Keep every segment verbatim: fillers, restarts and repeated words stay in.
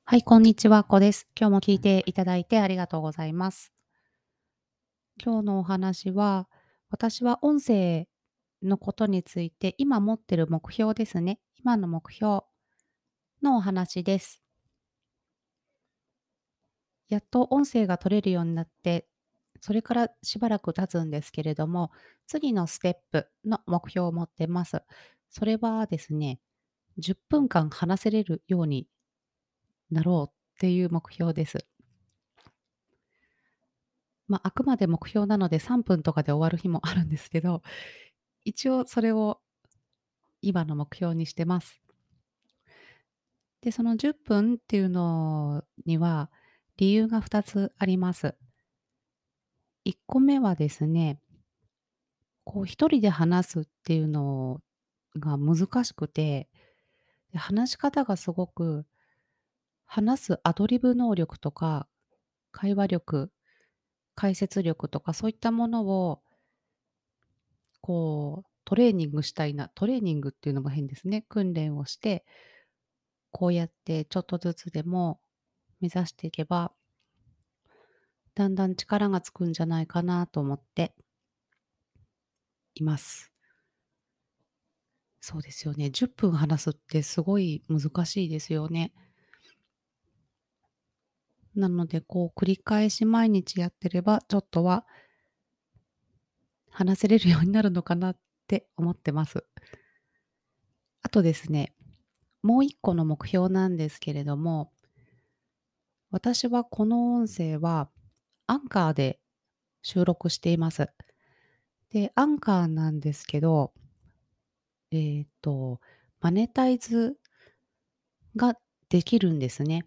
はい、こんにちは、こです。今日も聞いていただいてありがとうございます。今日のお話は、私は音声のことについて、今持ってる目標ですね。今の目標のお話です。やっと音声が取れるようになって、それからしばらく経つんですけれども、次のステップの目標を持ってます。それはですね、じゅっぷんかん話せれるようになろうっていう目標です。まあ、あくまで目標なのでさんぷんとかで終わる日もあるんですけど、一応それを今の目標にしてます。で、そのじゅっぷんっていうのには理由がふたつあります。いっこめはですね、こう一人で話すっていうのが難しくて、で、話し方がすごく話すアドリブ能力とか、会話力、解説力とかそういったものをこうトレーニングしたいな、トレーニングっていうのも変ですね。訓練をして、こうやってちょっとずつでも目指していけば、だんだん力がつくんじゃないかなと思っています。そうですよね。じゅっぷん話すってすごい難しいですよね。なので、こう繰り返し毎日やってれば、ちょっとは話せれるようになるのかなって思ってます。あとですね、もう一個の目標なんですけれども、私はこの音声はアンカーで収録しています。で、アンカーなんですけど、えっと、マネタイズができるんですね。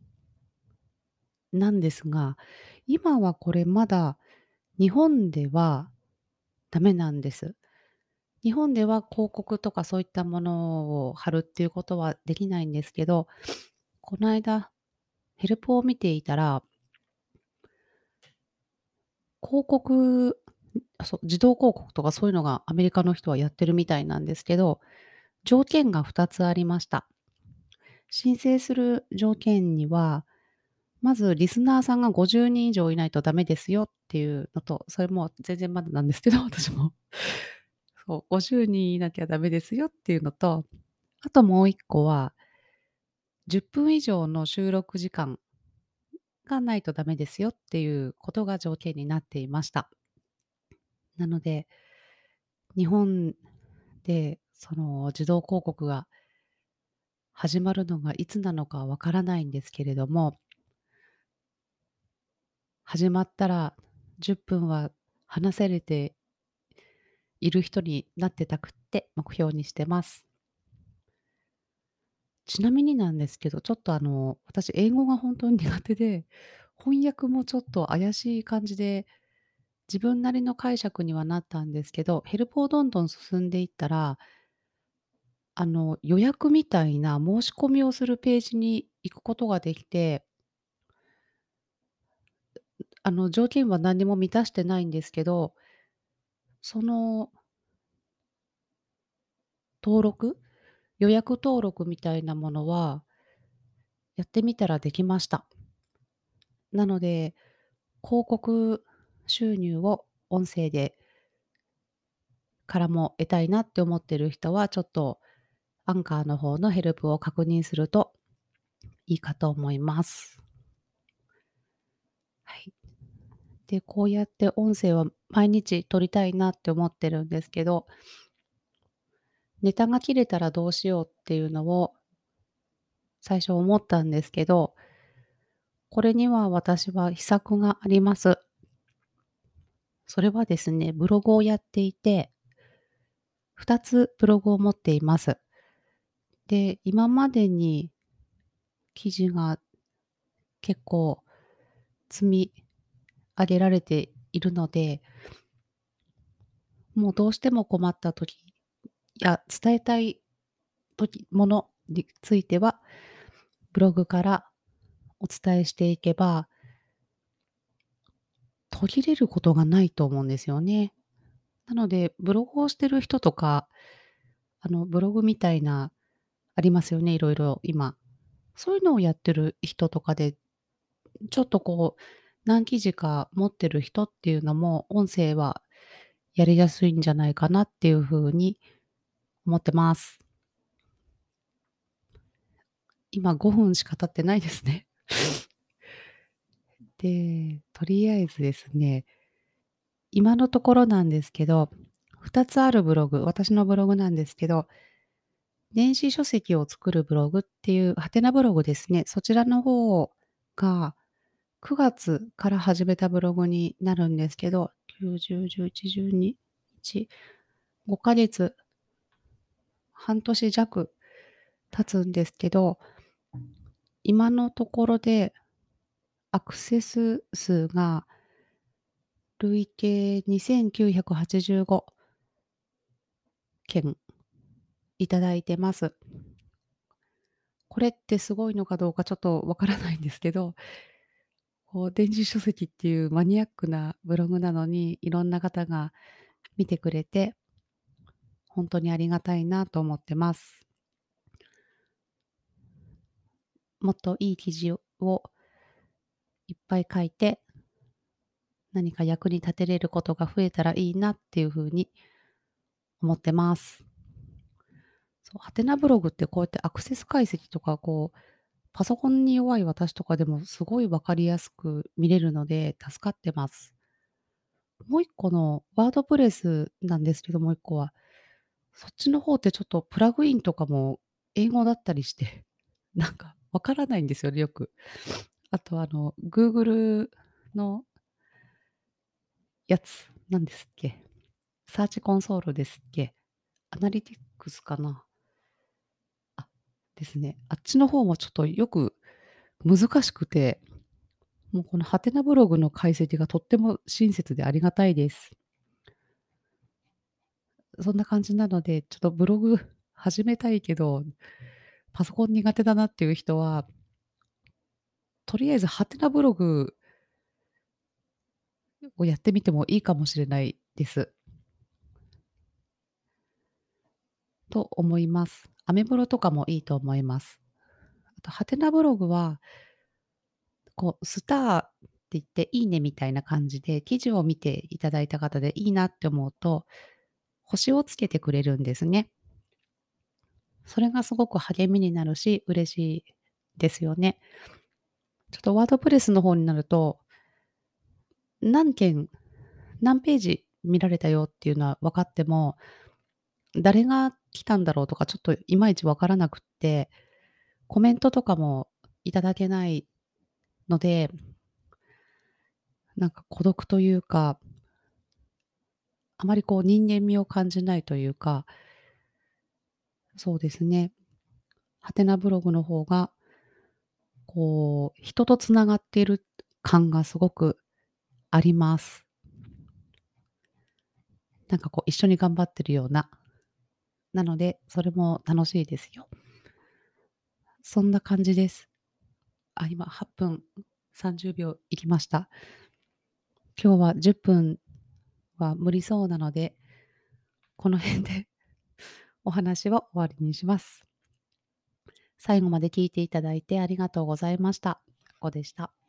なんですが、今はこれまだ日本ではダメなんです。日本では広告とかそういったものを貼るっていうことはできないんですけど、この間ヘルプを見ていたら、広告、あ、そう、自動広告とかそういうのがアメリカの人はやってるみたいなんですけど、条件がふたつありました。申請する条件には、まずリスナーさんがごじゅうにん以上いないとダメですよっていうのと、それも全然まだなんですけど、私も。そう、ごじゅうにんいなきゃダメですよっていうのと、あともういっこは、じゅっぷん以上の収録時間がないとダメですよっていうことが条件になっていました。なので、日本でその自動広告が始まるのがいつなのかわからないんですけれども、始まったらじゅっぷんは話せれている人になってたくって目標にしてます。ちなみになんですけど、ちょっとあの、私英語が本当に苦手で、翻訳もちょっと怪しい感じで、自分なりの解釈にはなったんですけど、ヘルプをどんどん進んでいったら、あの、予約みたいな申し込みをするページに行くことができて、あの、条件は何も満たしてないんですけど、その登録予約登録みたいなものは、やってみたらできました。なので、広告収入を音声でからも得たいなって思ってる人は、ちょっとアンカーの方のヘルプを確認するといいかと思います。はい。で、こうやって音声は毎日撮りたいなって思ってるんですけど、ネタが切れたらどうしようっていうのを最初思ったんですけど、これには私は秘策があります。それはですね、ブログをやっていて、ふたつブログを持っています。で、今までに記事が結構積み上げられているので、もうどうしても困った時や伝えたい時ものについては、ブログからお伝えしていけば、途切れることがないと思うんですよね。なので、ブログをしてる人とか、あの、ブログみたいなありますよね、いろいろ今。 そういうのをやってる人とかで、ちょっとこう、何記事か持ってる人っていうのも、音声はやりやすいんじゃないかなっていう風に思ってます。今ごふんしか経ってないですね。で、とりあえずですね、今のところなんですけど、ふたつあるブログ、私のブログなんですけど、電子書籍を作るブログっていうハテナブログですね。そちらの方がくがつから始めたブログになるんですけど、きゅう、じゅう、じゅういち、じゅうに、いち、ごかげつ、半年弱経つんですけど、今のところでアクセス数が累計にせんきゅうひゃくはちじゅうご件いただいてます。これってすごいのかどうかちょっとわからないんですけど、こう電子書籍っていうマニアックなブログなのに、いろんな方が見てくれて、本当にありがたいなと思ってます。もっといい記事をいっぱい書いて、何か役に立てれることが増えたらいいなっていう風に思ってます。そう、ハテナブログってこうやってアクセス解析とか、こう、パソコンに弱い私とかでもすごい分かりやすく見れるので助かってます。もう一個のワードプレスなんですけど、もう一個は、そっちの方ってちょっとプラグインとかも英語だったりして、なんかわからないんですよね、よく。あとあの、Google のやつ、なんですっけ、サーチコンソールですっけ、アナリティクスかな。あ、ですね。あっちの方もちょっとよく難しくて、もうこのハテナブログの解析がとっても親切でありがたいです。そんな感じなので、ちょっとブログ始めたいけど、パソコン苦手だなっていう人は、とりあえずハテナブログをやってみてもいいかもしれないです。と思います。アメブロとかもいいと思います。あとハテナブログは、こうスターって言って、いいねみたいな感じで、記事を見ていただいた方でいいなって思うと、星をつけてくれるんですね。それがすごく励みになるし、嬉しいですよね。ちょっとワードプレスの方になると、何件、何ページ見られたよっていうのは分かっても、誰が来たんだろうとかちょっといまいち分からなくって、コメントとかもいただけないので、なんか孤独というか、あまりこう人間味を感じないというか、そうですね、ハテナブログの方が、こう、人とつながっている感がすごくあります。なんかこう一緒に頑張ってるような。なので、それも楽しいですよ。そんな感じです。あ、今はっぷんさんじゅうびょういきました。今日はじゅっぷんは無理そうなので、この辺でお話を終わりにします。最後まで聞いていただいてありがとうございました。ここでした。